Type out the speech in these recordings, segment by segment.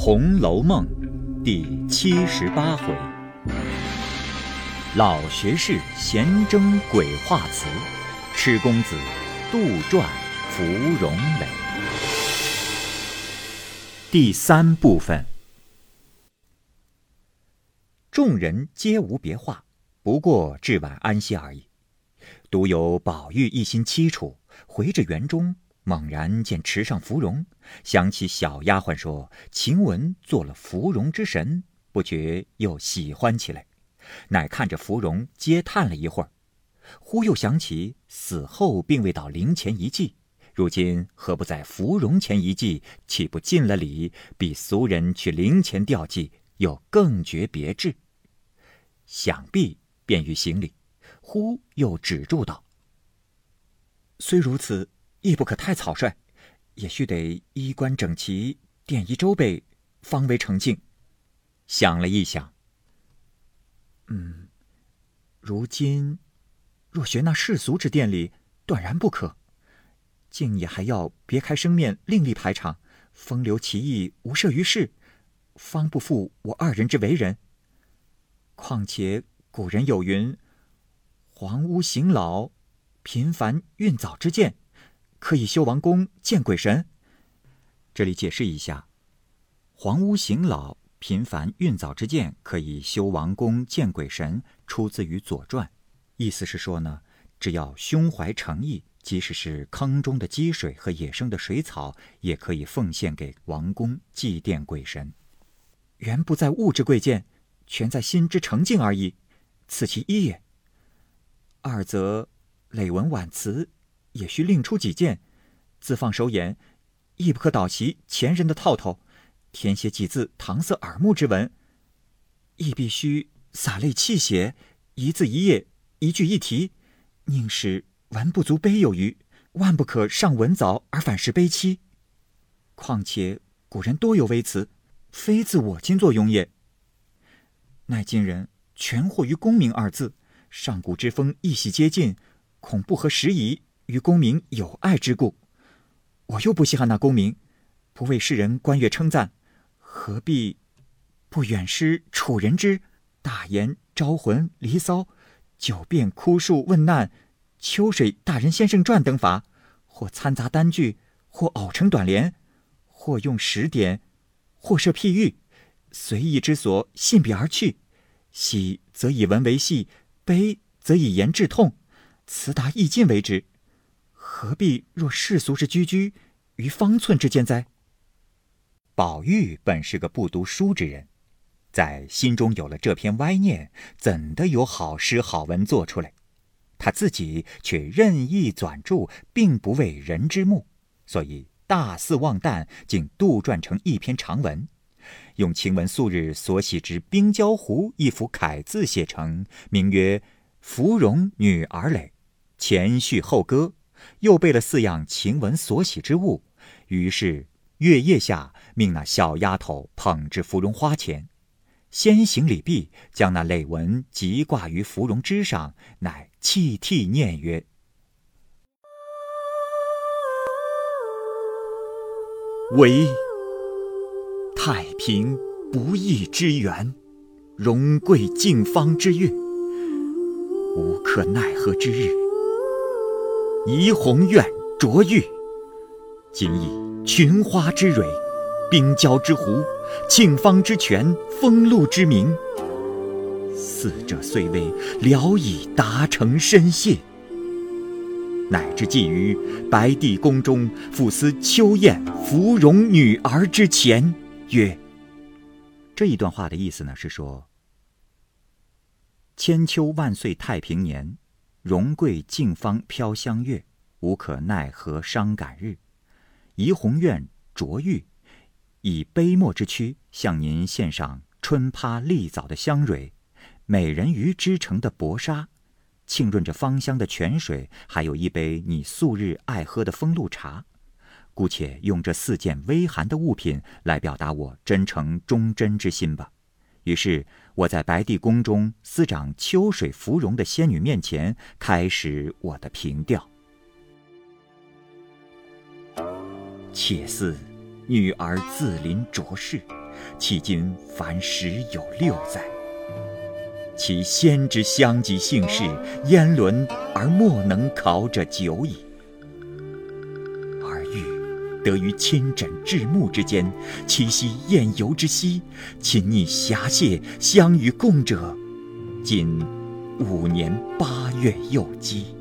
红楼梦》第78回，老学士闲争鬼话词，痴公子杜撰芙蓉蕾。第3部分。众人皆无别话，不过置晚安歇而已。独有宝玉一心凄楚，回至园中，猛然见池上芙蓉，想起小丫鬟说晴雯做了芙蓉之神，不觉又喜欢起来，乃看着芙蓉嗟叹了一会儿，忽又想起死后并未到灵前一祭，如今何不在芙蓉前一祭，岂不尽了礼，比俗人去灵前吊祭又更觉别致。想必便欲行礼，忽又止住道：虽如此，亦不可太草率，也须得衣冠整齐，奠仪周备，方为成敬。想了一想，如今若学那世俗之典礼，断然不可，竟也还要别开生面，另立排场，风流奇异，无涉于世，方不负我二人之为人。况且古人有云：黄屋行老，频繁运早之见，可以修王公见鬼神。这里解释一下，黄屋行老，频繁运早之见，可以修王公见鬼神，出自于《左传》。意思是说呢，只要胸怀诚意，即使是坑中的积水和野生的水草，也可以奉献给王公祭奠鬼神。原不在物之贵贱，全在心之诚敬而已，此其一也。二则累文婉辞，也须另出己见，自放手眼，亦不可倒袭前人的套头，填写几字搪塞耳目之文，亦必须洒泪泣血，一字一页，一句一题，宁使文不足碑有余，万不可上文藻而反是碑期。况且古人多有微词，非自我今作俑也。乃今人全惑于功名二字，上古之风一喜皆尽，恐不合时宜，于功名有爱之故。我又不稀罕那功名，不为世人观阅称赞，何必不远师楚人之大言招魂离骚，九变哭诉问难，秋水大人先生传等法，或参杂单句，或偶成短联，或用时点，或设譬喻，随意之所信笔而去，喜则以文为戏，悲则以言致痛，词达意尽为止，何必若世俗之居居于方寸之间哉？宝玉本是个不读书之人，在心中有了这篇歪念，怎的有好诗好文做出来？他自己却任意纂著，并不为人之目，所以大肆妄诞，竟杜撰成一篇长文，用晴雯素日所喜之冰胶湖一幅楷字写成，名曰《芙蓉女儿蕾》，前序后歌，又备了4样晴雯所喜之物，于是月夜下命那小丫头捧至芙蓉花前，先行礼毕，将那蕾纹即挂于芙蓉枝上，乃泣涕念曰：唯太平不义之源，荣贵净芳之月，无可奈何之日，怡红院卓玉，今以群花之蕊，冰胶之湖，沁芳之泉，风露之名，四者虽微，聊以达成深谢，乃至寄于白帝宫中赋司秋宴芙蓉女儿之前曰。这一段话的意思呢，是说千秋万岁太平年，荣贵净芳飘香月，无可奈何伤感日，怡红院卓玉，以杯墨之躯向您献上春趴丽藻的香蕊，美人鱼织成的薄纱，浸润着芳香的泉水，还有一杯你素日爱喝的风露茶，姑且用这4件微寒的物品来表达我真诚忠贞之心吧。于是我在白帝宫中司掌秋水芙蓉的仙女面前，开始我的评调。且似女儿自临浊世， 迄今凡10有6载。其先之乡及姓氏，焉伦而莫能考者久矣。而欲得于亲枕至目之间，栖息宴游之息，亲昵遐谢，相与共者，今5年8月幼姬。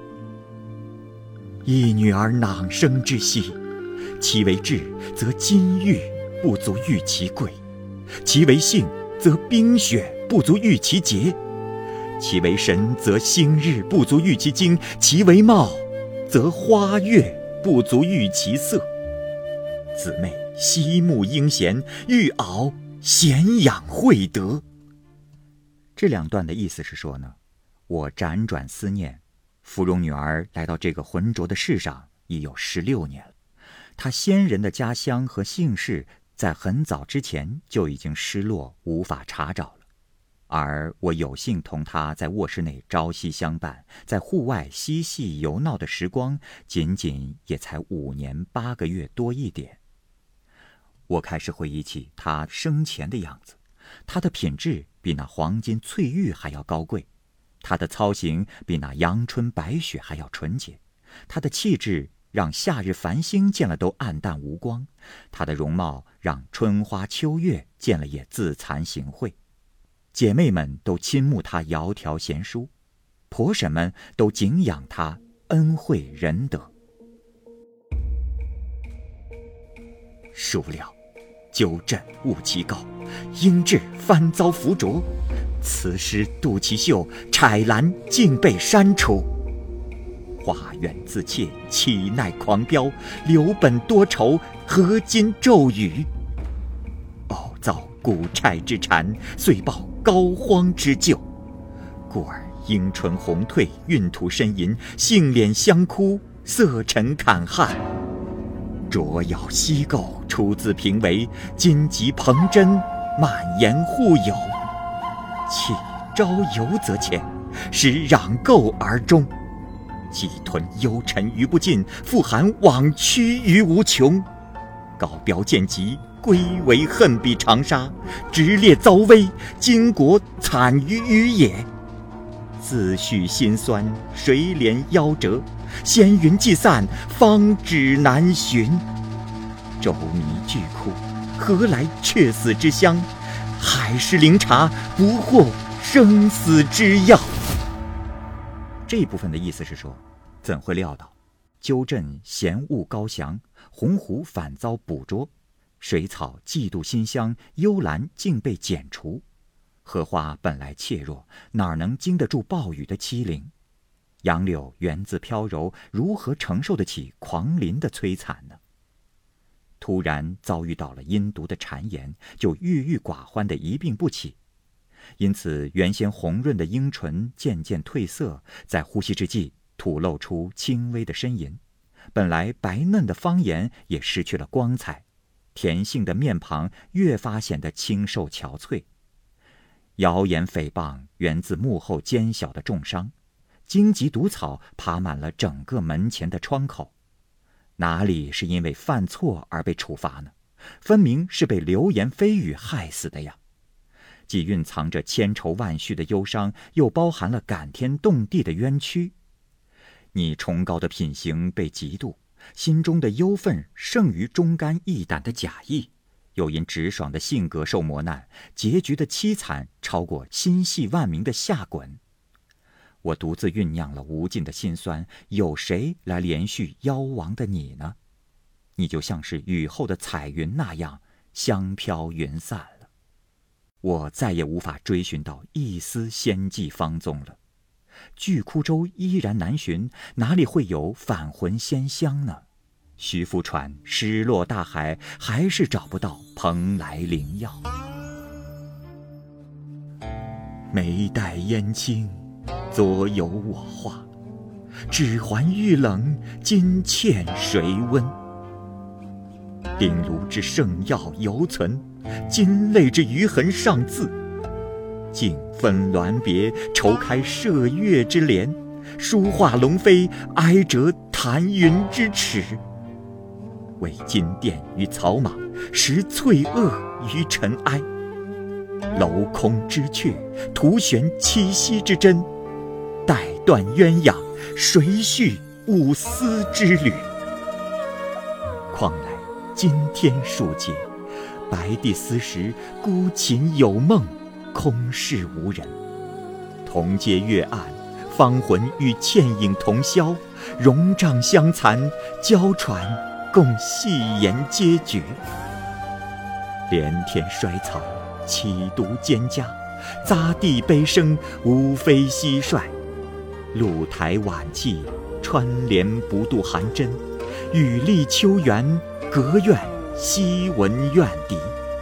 一女儿囊生之息，其为质，则金玉不足喻其贵；其为性，则冰雪不足喻其洁；其为神，则星日不足喻其精；其为貌，则花月不足喻其色。姊妹惜慕英贤，欲熬贤养惠德。这2段的意思是说呢，我辗转思念，芙蓉女儿来到这个浑浊的世上已有16年了。她先人的家乡和姓氏在很早之前就已经失落，无法查找了。而我有幸同她在卧室内朝夕相伴，在户外嬉戏游闹的时光，仅仅也才5年8个月多一点。我开始回忆起她生前的样子，她的品质比那黄金翠玉还要高贵，她的操行比那阳春白雪还要纯洁，她的气质让夏日繁星见了都暗淡无光，她的容貌让春花秋月见了也自惭形秽。姐妹们都倾慕她窈窕贤淑，婆婶们都敬仰她恩惠仁德。孰料纠正误其告，英质翻遭浮浊，此时妒其秀，豺兰竟被删除。花远自怯，岂奈狂飙，留本多愁，何今骤雨。偶遭古柴之缠，遂报膏肓之咎。故而樱唇红褪，韵吐呻吟，杏脸香枯，色沉坎汉。卓咬西构，出自平为，今及彭真，蔓延互有。岂朝游则浅，使攘垢而终。既吞幽尘于不尽，复含枉屈于无穷。高标见疾，归为恨比长沙；直列遭危，巾帼惨于鱼也。自叙心酸，谁怜夭折？仙云既散，方止难寻。周迷俱哭，何来却死之乡？海市灵察，不获生死之要。这一部分的意思是说，怎会料到鸠镇嫌恶高翔，鸿鹄反遭捕捉，水草嫉妒馨香，幽兰竟被剪除。荷花本来怯弱，哪能经得住暴雨的欺凌？杨柳源自飘柔，如何承受得起狂淋的摧残呢？突然遭遇到了阴毒的谗言，就郁郁寡欢的一病不起。因此原先红润的樱唇渐渐褪色，在呼吸之际吐露出轻微的呻吟。本来白嫩的方颜也失去了光彩，甜杏的面庞越发显得清瘦憔悴。谣言诽谤源自幕后奸小的重伤，荆棘毒草爬满了整个门前的窗口。哪里是因为犯错而被处罚呢？分明是被流言蜚语害死的呀！既蕴藏着千愁万绪的忧伤，又包含了感天动地的冤屈。你崇高的品行被嫉妒，心中的忧愤胜于忠肝义胆的假意，又因直爽的性格受磨难，结局的凄惨超过心系万民的下滚。我独自酝酿了无尽的辛酸，有谁来连续夭亡的你呢？你就像是雨后的彩云那样香飘云散了。我再也无法追寻到一丝仙迹芳踪了。巨窟舟依然难寻，哪里会有返魂仙香呢？徐福船失落大海，还是找不到蓬莱灵药。眉黛烟青，左有我画，指环玉冷，金嵌谁温？鼎炉之圣药犹存，金泪之余痕尚自。尽分鸾别，愁开射月之帘；书画龙飞，哀折弹云之尺。 为金殿于草莽，识翠萼于尘埃。镂空之阙，徒悬七夕之针。待断鸳鸯，谁续五丝之旅？况来今天数节，白帝斯时，孤琴有梦，空室无人。同阶月暗，芳魂与倩影同销，戎帐相残，娇喘共戏言皆绝。连天衰草，岂独蒹葭？匝地悲声，无非蟋蟀。露台晚憩，穿帘不度寒针。雨立秋园，隔院夕闻怨笛。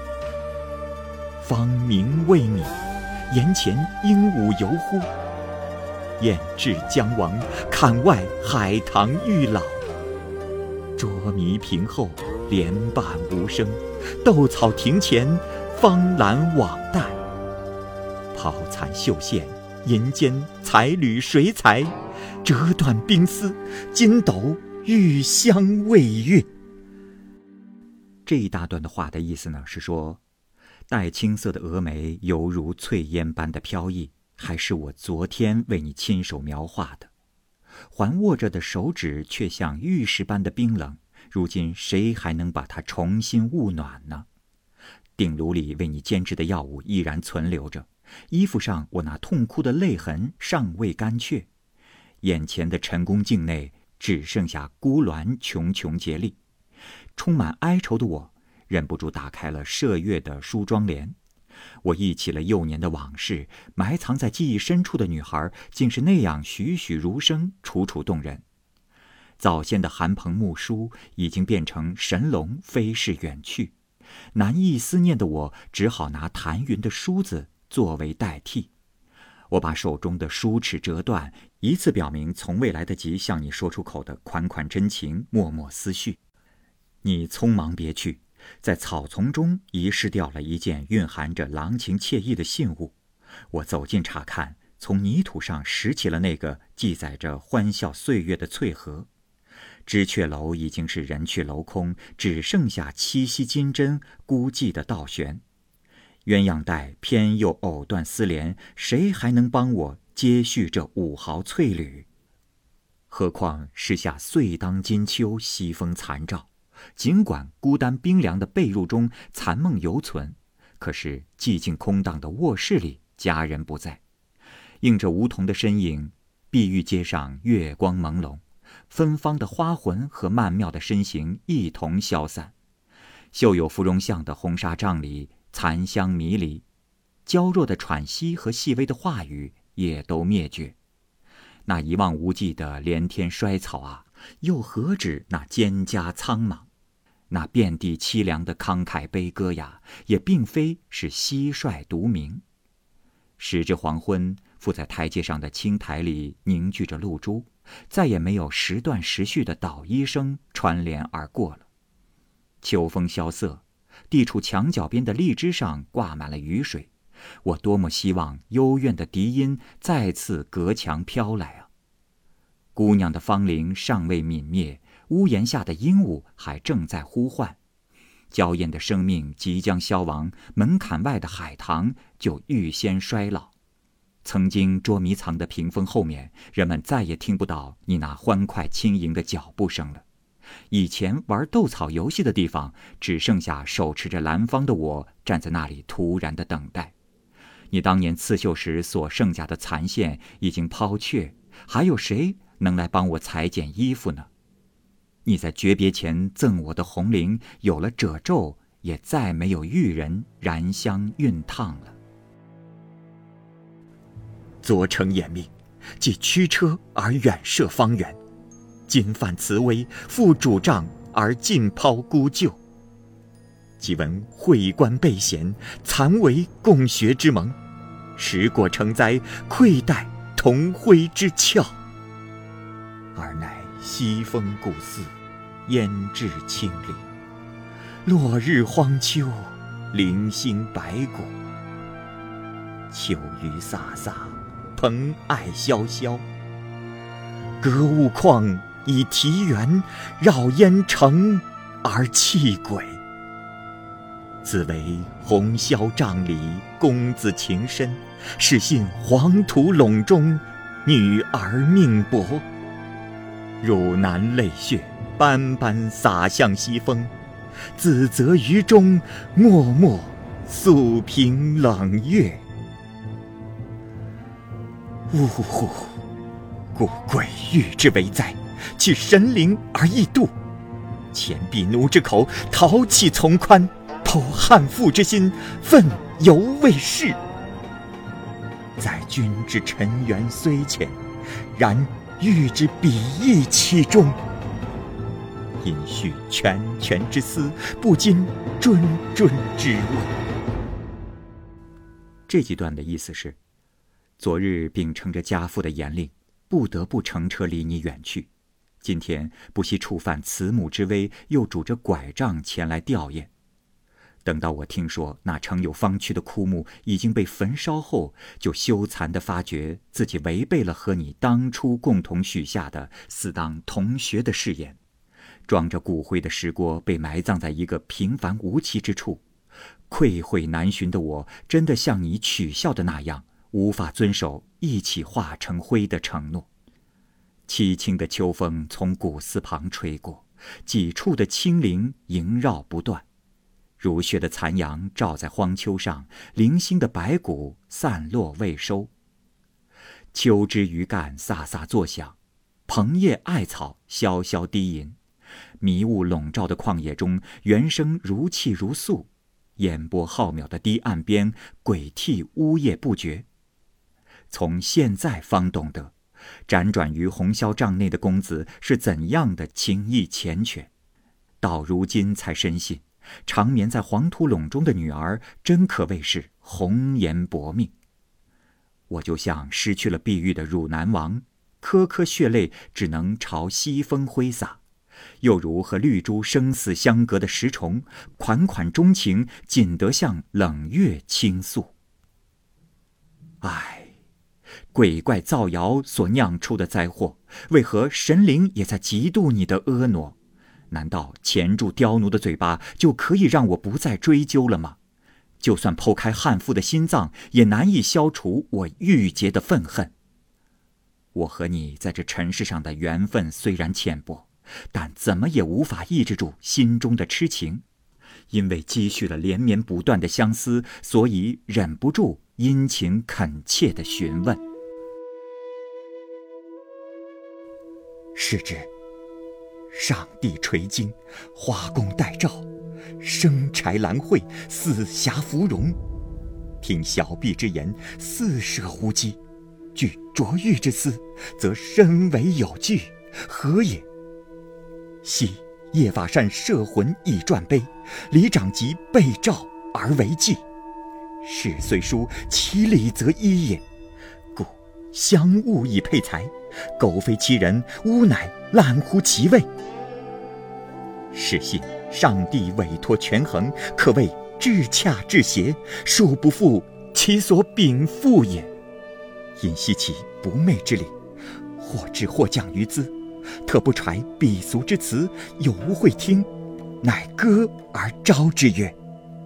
芳名未泯，檐前鹦鹉游乎？雁至将亡，槛外海棠欲老。捉迷屏后，莲瓣无声。斗草亭前，芳兰网带。抛残绣线，银间彩缕谁裁？折断冰丝，筋斗玉香未熨。这一大段的话的意思呢，是说带青色的蛾眉犹如翠烟般的飘逸，还是我昨天为你亲手描画的。还握着的手指却像玉石般的冰冷，如今谁还能把它重新焐暖呢？鼎炉里为你煎制的药物依然存留着，衣服上我那痛哭的泪痕尚未干却，眼前的陈宫镜内只剩下孤鸾茕茕孑立。充满哀愁的我忍不住打开了麝月的梳妆帘，我忆起了幼年的往事，埋藏在记忆深处的女孩竟是那样栩栩如生，楚楚动人。早先的寒蓬木梳已经变成神龙飞逝远去，难抑思念的我只好拿谭云的梳子作为代替。我把手中的梳齿折断，以此表明从未来得及向你说出口的款款真情，默默思绪。你匆忙别去，在草丛中遗失掉了一件蕴含着郎情妾意的信物。我走近查看，从泥土上拾起了那个记载着欢笑岁月的翠盒。知雀楼已经是人去楼空，只剩下七夕金针孤寂的倒悬。鸳鸯带偏又藕断丝连，谁还能帮我接续这5毫翠缕？何况时下岁当金秋，西风残照。尽管孤单冰凉的被褥中残梦犹存，可是寂静空荡的卧室里家人不在。映着梧桐的身影，碧玉街上月光朦胧，芬芳的花魂和曼妙的身形一同消散。绣有芙蓉像的红纱帐里残香迷离，娇弱的喘息和细微的话语也都灭绝。那一望无际的连天衰草啊，又何止那蒹葭苍茫？那遍地凄凉的慷慨悲歌呀，也并非是蟋蟀独鸣。时至黄昏，附在台阶上的青苔里凝聚着露珠，再也没有时断时续的捣衣声穿帘而过了。秋风萧瑟，地处墙角边的荔枝上挂满了雨水。我多么希望幽怨的笛音再次隔墙飘来啊！姑娘的芳龄尚未泯灭，屋檐下的鹦鹉还正在呼唤。娇艳的生命即将消亡，门槛外的海棠就预先衰老。曾经捉迷藏的屏风后面，人们再也听不到你那欢快轻盈的脚步声了。以前玩斗草游戏的地方，只剩下手持着兰芳的我站在那里突然的等待。你当年刺绣时所剩下的残线已经抛却，还有谁能来帮我裁剪衣服呢？你在诀别前赠我的红绫有了褶皱，也再没有玉人燃香熨烫了。昨承衍命，即驱车而远涉方圆，今犯慈威，负主杖而尽抛孤旧。即闻会官备贤，残为共学之盟，时过成灾，愧待同辉之俏。而乃西风故寺，胭脂清丽，落日荒丘，零星白骨。秋雨飒飒，蓬艾萧萧。歌舞况以题园，绕烟城而弃鬼。自为红绡帐里公子情深，是信黄土陇中女儿命薄。汝南泪血斑斑洒向西风，自责于中默默诉凭冷月。呜呼！故鬼域之为灾，其神灵而异度。前避奴之口，淘气从宽，剖汉妇之心，愤犹未逝。在君之尘缘虽浅，然欲之彼意其中。因续拳拳之思，不禁谆谆之问。这几段的意思是：昨日秉承着家父的严令，不得不乘车离你远去。今天不惜触犯慈母之威，又拄着拐杖前来吊唁。等到我听说那盛有芳躯的枯木已经被焚烧后，就羞惭地发觉自己违背了和你当初共同许下的死当同学的誓言。装着骨灰的石锅被埋葬在一个平凡无奇之处，愧悔难寻的我，真的像你取笑的那样，无法遵守一起化成灰的承诺。凄清的秋风从古寺旁吹过，几处的清灵萦绕不断。如血的残阳照在荒丘上，零星的白骨散落未收。秋枝余干飒飒作响，蓬叶艾草萧萧低吟。迷雾笼罩的旷野中，猿声如泣如诉，烟波浩渺的堤岸边，鬼啼呜咽不绝。从现在方懂得，辗转于红绡帐内的公子是怎样的情意缱绻。到如今才深信，长眠在黄土垄中的女儿，真可谓是红颜薄命。我就像失去了碧玉的汝南王，颗颗血泪只能朝西风挥洒。又如和绿珠生死相隔的石虫，款款钟情仅得向冷月倾诉。唉，鬼怪造谣所酿出的灾祸，为何神灵也在嫉妒你的婀娜？难道钳住刁奴的嘴巴就可以让我不再追究了吗？就算剖开汉妇的心脏，也难以消除我郁结的愤恨。我和你在这尘世上的缘分虽然浅薄，但怎么也无法抑制住心中的痴情。因为积蓄了连绵不断的相思，所以忍不住殷勤恳切地询问。是之，上帝垂惊，花宫待诏，生柴兰蕙，死霞芙蓉。听小婢之言，似舍无稽；据卓玉之思，则深为有据。何也？昔叶法善摄魂以传碑，李长吉被诏而为记。事虽殊，其理则一也。故相恶以配才，苟非其人，吾乃滥乎其位。是信上帝委托权衡，可谓至洽至邪，庶不负其所禀赋也。因惜其不昧之理，或智或降于兹，特不揣鄙俗之词，有无会听，乃歌而招之曰。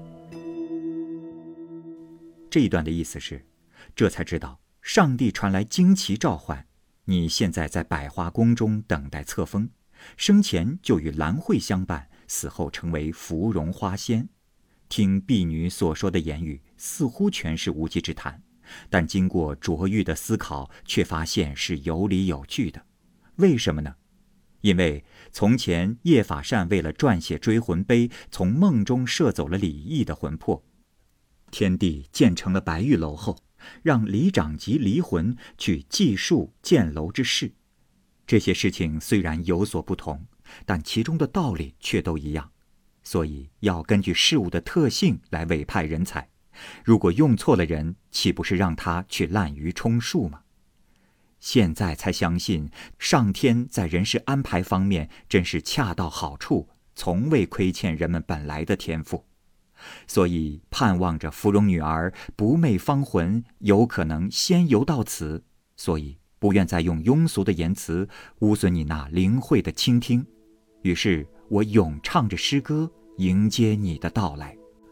这一段的意思是，这才知道上帝传来惊奇召唤，你现在在百花宫中等待册封，生前就与兰蕙相伴，死后成为芙蓉花仙。听婢女所说的言语，似乎全是无稽之谈，但经过卓玉的思考，却发现是有理有据的。为什么呢？因为从前叶法善为了撰写追魂碑，从梦中摄走了李益的魂魄。天帝建成了白玉楼后，让李长吉离魂去计数建楼之事。这些事情虽然有所不同，但其中的道理却都一样。所以要根据事物的特性来委派人才，如果用错了人，岂不是让他去滥竽充数吗？现在才相信上天在人事安排方面真是恰到好处，从未亏欠人们本来的天赋。所以盼望着芙蓉女儿不昧芳魂有可能先游到此，所以不愿再用庸俗的言辞污损你那灵慧的倾听。于是我咏唱着诗歌迎接你的到来。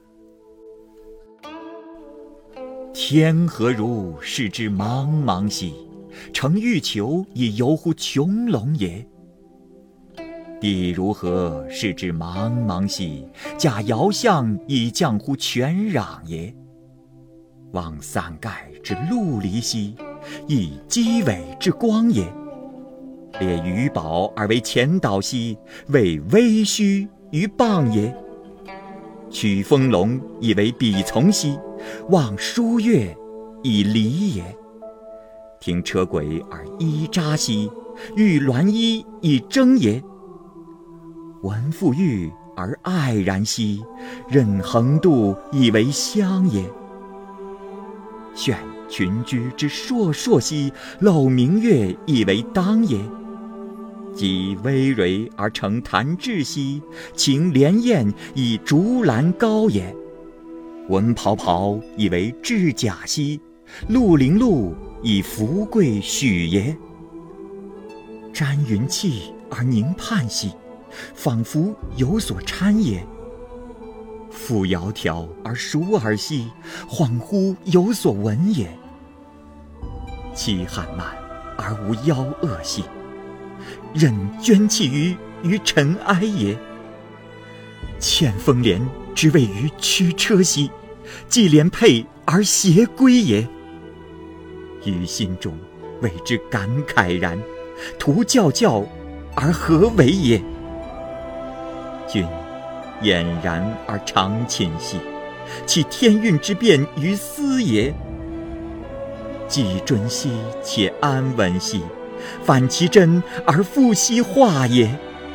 天何如是之茫茫兮，诚欲求以游乎穹隆也。地如何是之茫茫兮，假遥相以降乎泉壤也。望伞盖之陆离兮，以积尾之光也。列鱼宝而为前导兮，为微虚于傍也。取风龙以为彼从兮，望舒乐以离也。听车轨而衣札兮，欲鸾衣以征也。闻馥郁而爱然兮，任横渡以为乡也。炫群居之烁烁兮，漏明月以为当也。积微蕤而成弹质兮，擎莲焰以竹篮高也。闻袍袍以为质甲兮，鹿翎鹿以富贵许也。瞻云气而凝盼兮，仿佛有所参也。复窈窕而熟耳兮，恍惚有所闻也。期罕慢而无夭厄兮，任捐弃于尘埃也。欠风帘之谓于驱车兮，既连佩而偕归也。于心中为之感慨然，徒教教而何为也。君俨然而长寝兮，其天运之变于斯也。既谆兮且安稳兮，反其真而复奚化也。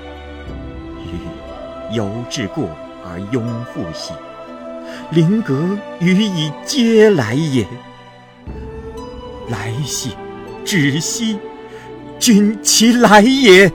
予犹至过而庸复兮，临格予以嗟来也。来兮止兮，君其来也。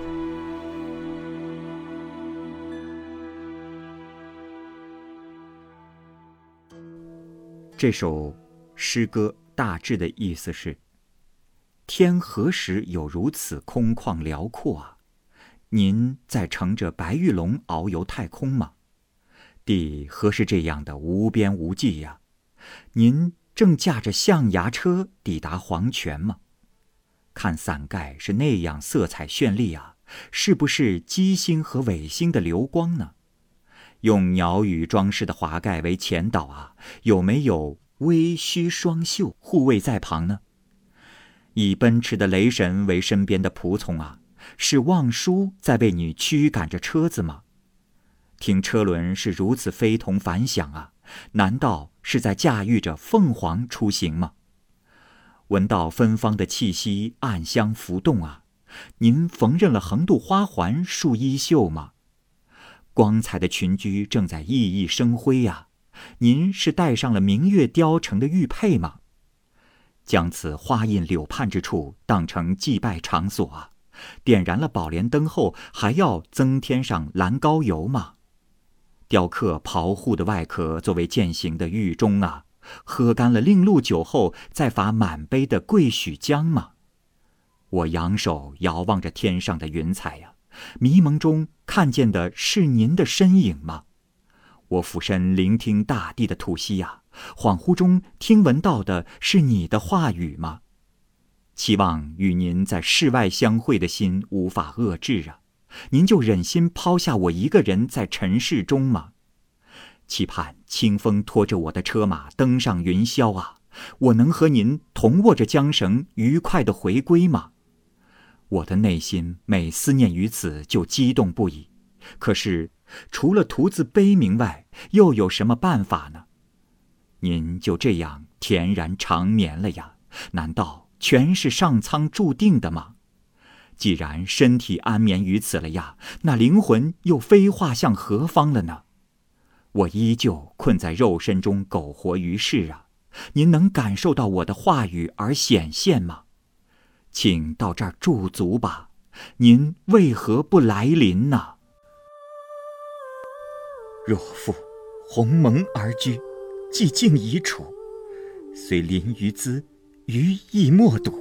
这首诗歌大致的意思是：天何时有如此空旷辽阔啊？您在乘着白玉龙遨游太空吗？地何是这样的无边无际呀？您正驾着象牙车抵达黄泉吗？看伞盖是那样色彩绚丽啊，是不是鸡星和尾星的流光呢？用鸟语装饰的华盖为前导啊，有没有微虚双袖护卫在旁呢？以奔驰的雷神为身边的仆从啊，是望舒在为你驱赶着车子吗？听车轮是如此非同凡响啊，难道是在驾驭着凤凰出行吗？闻到芬芳的气息暗香浮动啊，您缝纫了横渡花环束衣袖吗？光彩的群居正在熠熠生辉啊，您是戴上了明月雕成的玉佩吗？将此花印柳畔之处当成祭拜场所啊，点燃了宝莲灯后还要增添上蓝膏油吗？雕刻袍护的外壳作为饯行的玉钟啊，喝干了令露酒后再罚满杯的桂许浆吗？我仰首遥望着天上的云彩呀，迷蒙中看见的是您的身影吗？我俯身聆听大地的吐息呀，恍惚中听闻到的是你的话语吗？期望与您在世外相会的心无法遏制啊，您就忍心抛下我一个人在尘世中吗？期盼清风拖着我的车马登上云霄啊，我能和您同握着缰绳愉快地回归吗？我的内心每思念于此就激动不已，可是除了徒自悲鸣外，又有什么办法呢？您就这样恬然长眠了呀？难道全是上苍注定的吗？既然身体安眠于此了呀，那灵魂又飞化向何方了呢？我依旧困在肉身中苟活于世啊，您能感受到我的话语而显现吗？请到这儿驻足吧，您为何不来临呢？若复鸿蒙而居，寂静宜处，虽临于兹，余亦莫睹。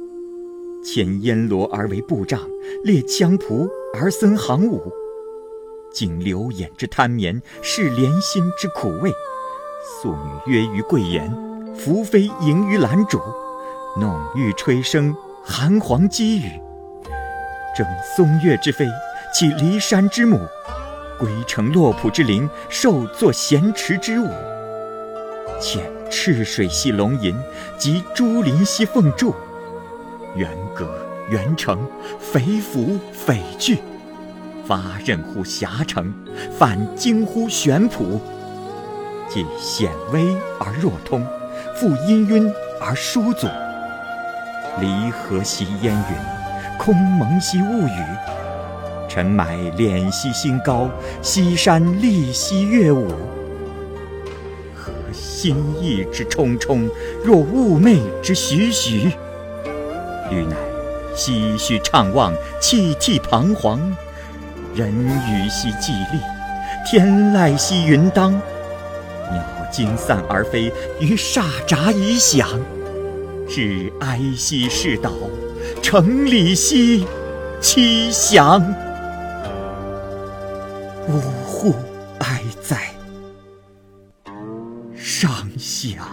牵烟罗而为布帐，列羌仆而僧行伍。 尽流眼之贪眠，是怜心之苦味。素女约于贵言，宓妃迎于兰渚，弄玉吹笙，韩黄击羽。争松岳之妃，起骊山之母，归程洛浦之陵，受作咸池之舞。遣赤水系龙吟，及朱林兮凤柱。元阁元成，肥服匪惧。发任乎遐城，反惊乎玄圃。既显微而若通，复氤氲而疏阻。离合兮烟云，空蒙兮雾雨。尘霾敛兮星高，西山立兮乐舞。何心意之冲冲，若寤寐之徐徐。余乃唏嘘怅望，泣涕彷徨。人语兮寂立，天籁兮云当。鸟惊散而飞，于煞札以响。至哀兮事倒，成礼兮凄详。呜呼哀哉，上下。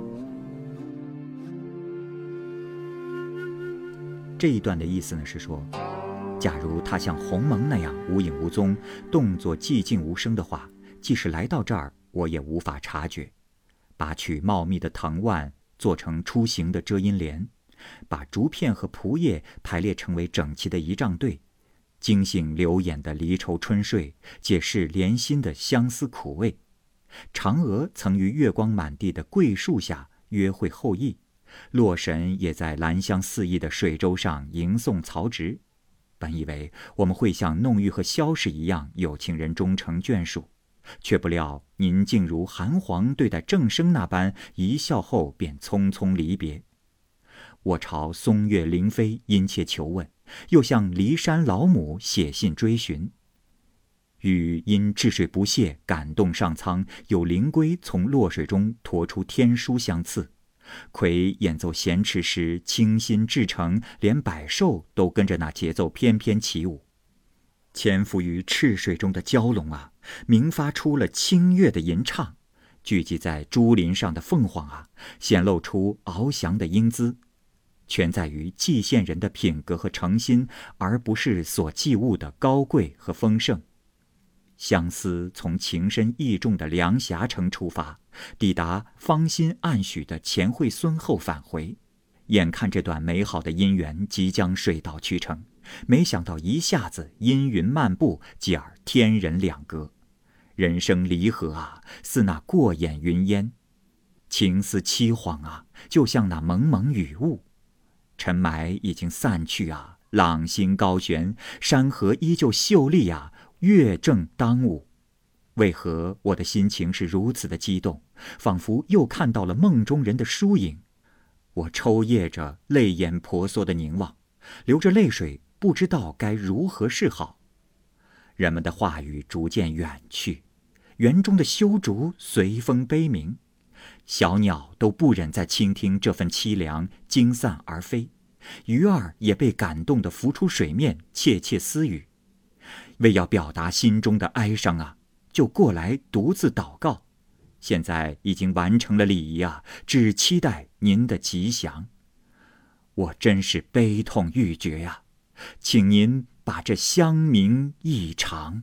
这一段的意思呢是说，假如他像鸿蒙那样无影无踪，动作寂静无声的话，即使来到这儿，我也无法察觉。把取茂密的藤蔓做成出行的遮阴帘，把竹片和蒲叶排列成为整齐的仪仗队，惊醒流眼的离愁春睡，解释怜心的相思苦味。嫦娥曾于月光满地的桂树下约会后羿，洛神也在兰香四溢的水舟上迎送曹植。本以为我们会像弄玉和萧氏一样有情人终成眷属，却不料您竟如韩黄对待郑生那般，一笑后便匆匆离别。我朝松岳灵妃殷切求问，又向骊山老母写信追寻。禹因治水不懈，感动上苍，有灵龟从洛水中驮出天书相赐。葵演奏咸池时清新至诚，连百兽都跟着那节奏翩翩起舞。潜伏于赤水中的蛟龙啊，鸣发出了清越的吟唱；聚集在朱林上的凤凰啊，显露出翱翔的英姿。全在于祭献人的品格和诚心，而不是所祭物的高贵和丰盛。相思从情深意重的梁霞城出发，抵达芳心暗许的钱惠孙后返回。眼看这段美好的姻缘即将水到渠成，没想到一下子阴云漫步，继而天人两隔。人生离合啊，似那过眼云烟；情思凄惶啊，就像那蒙蒙雨雾。尘霾已经散去啊，朗星高悬，山河依旧秀丽啊，月正当午。为何我的心情是如此的激动，仿佛又看到了梦中人的疏影。我抽噎着，泪眼婆娑的凝望，流着泪水，不知道该如何是好。人们的话语逐渐远去，园中的修竹随风悲鸣，小鸟都不忍再倾听这份凄凉，惊散而飞。鱼儿也被感动地浮出水面，窃窃私语。为要表达心中的哀伤啊，就过来独自祷告。现在已经完成了礼仪啊，只期待您的吉祥。我真是悲痛欲绝呀，请您把这香茗一尝。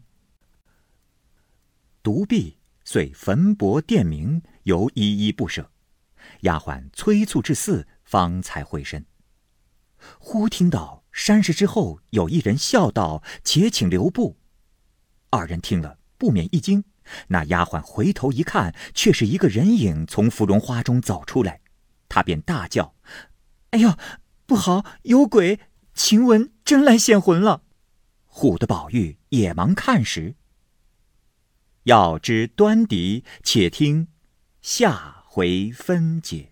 读毕，遂焚帛奠铭，犹依依不舍。丫鬟催促至4，方才回身。忽听到山石之后有一人笑道：“且请留步。”二人听了，不免一惊。那丫鬟回头一看，却是一个人影从芙蓉花中走出来。她便大叫：“哎呦，不好，有鬼！晴雯真来现魂了！”唬得宝玉也忙看时。要知端倪，且听下回分解。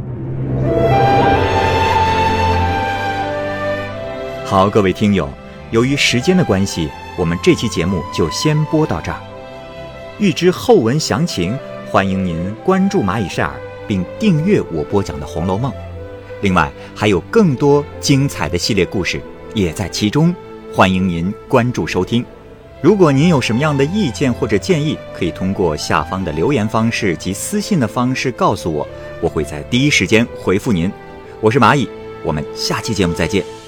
好，各位听友，由于时间的关系，我们这期节目就先播到这儿。欲知后文详情，欢迎您关注蚂蚁晒尔，并订阅我播讲的《红楼梦》。另外，还有更多精彩的系列故事也在其中，欢迎您关注收听。 如果您有什么样的意见或者建议，可以通过下方的留言方式及私信的方式告诉我，我会在第一时间回复您。我是蚂蚁，我们下期节目再见。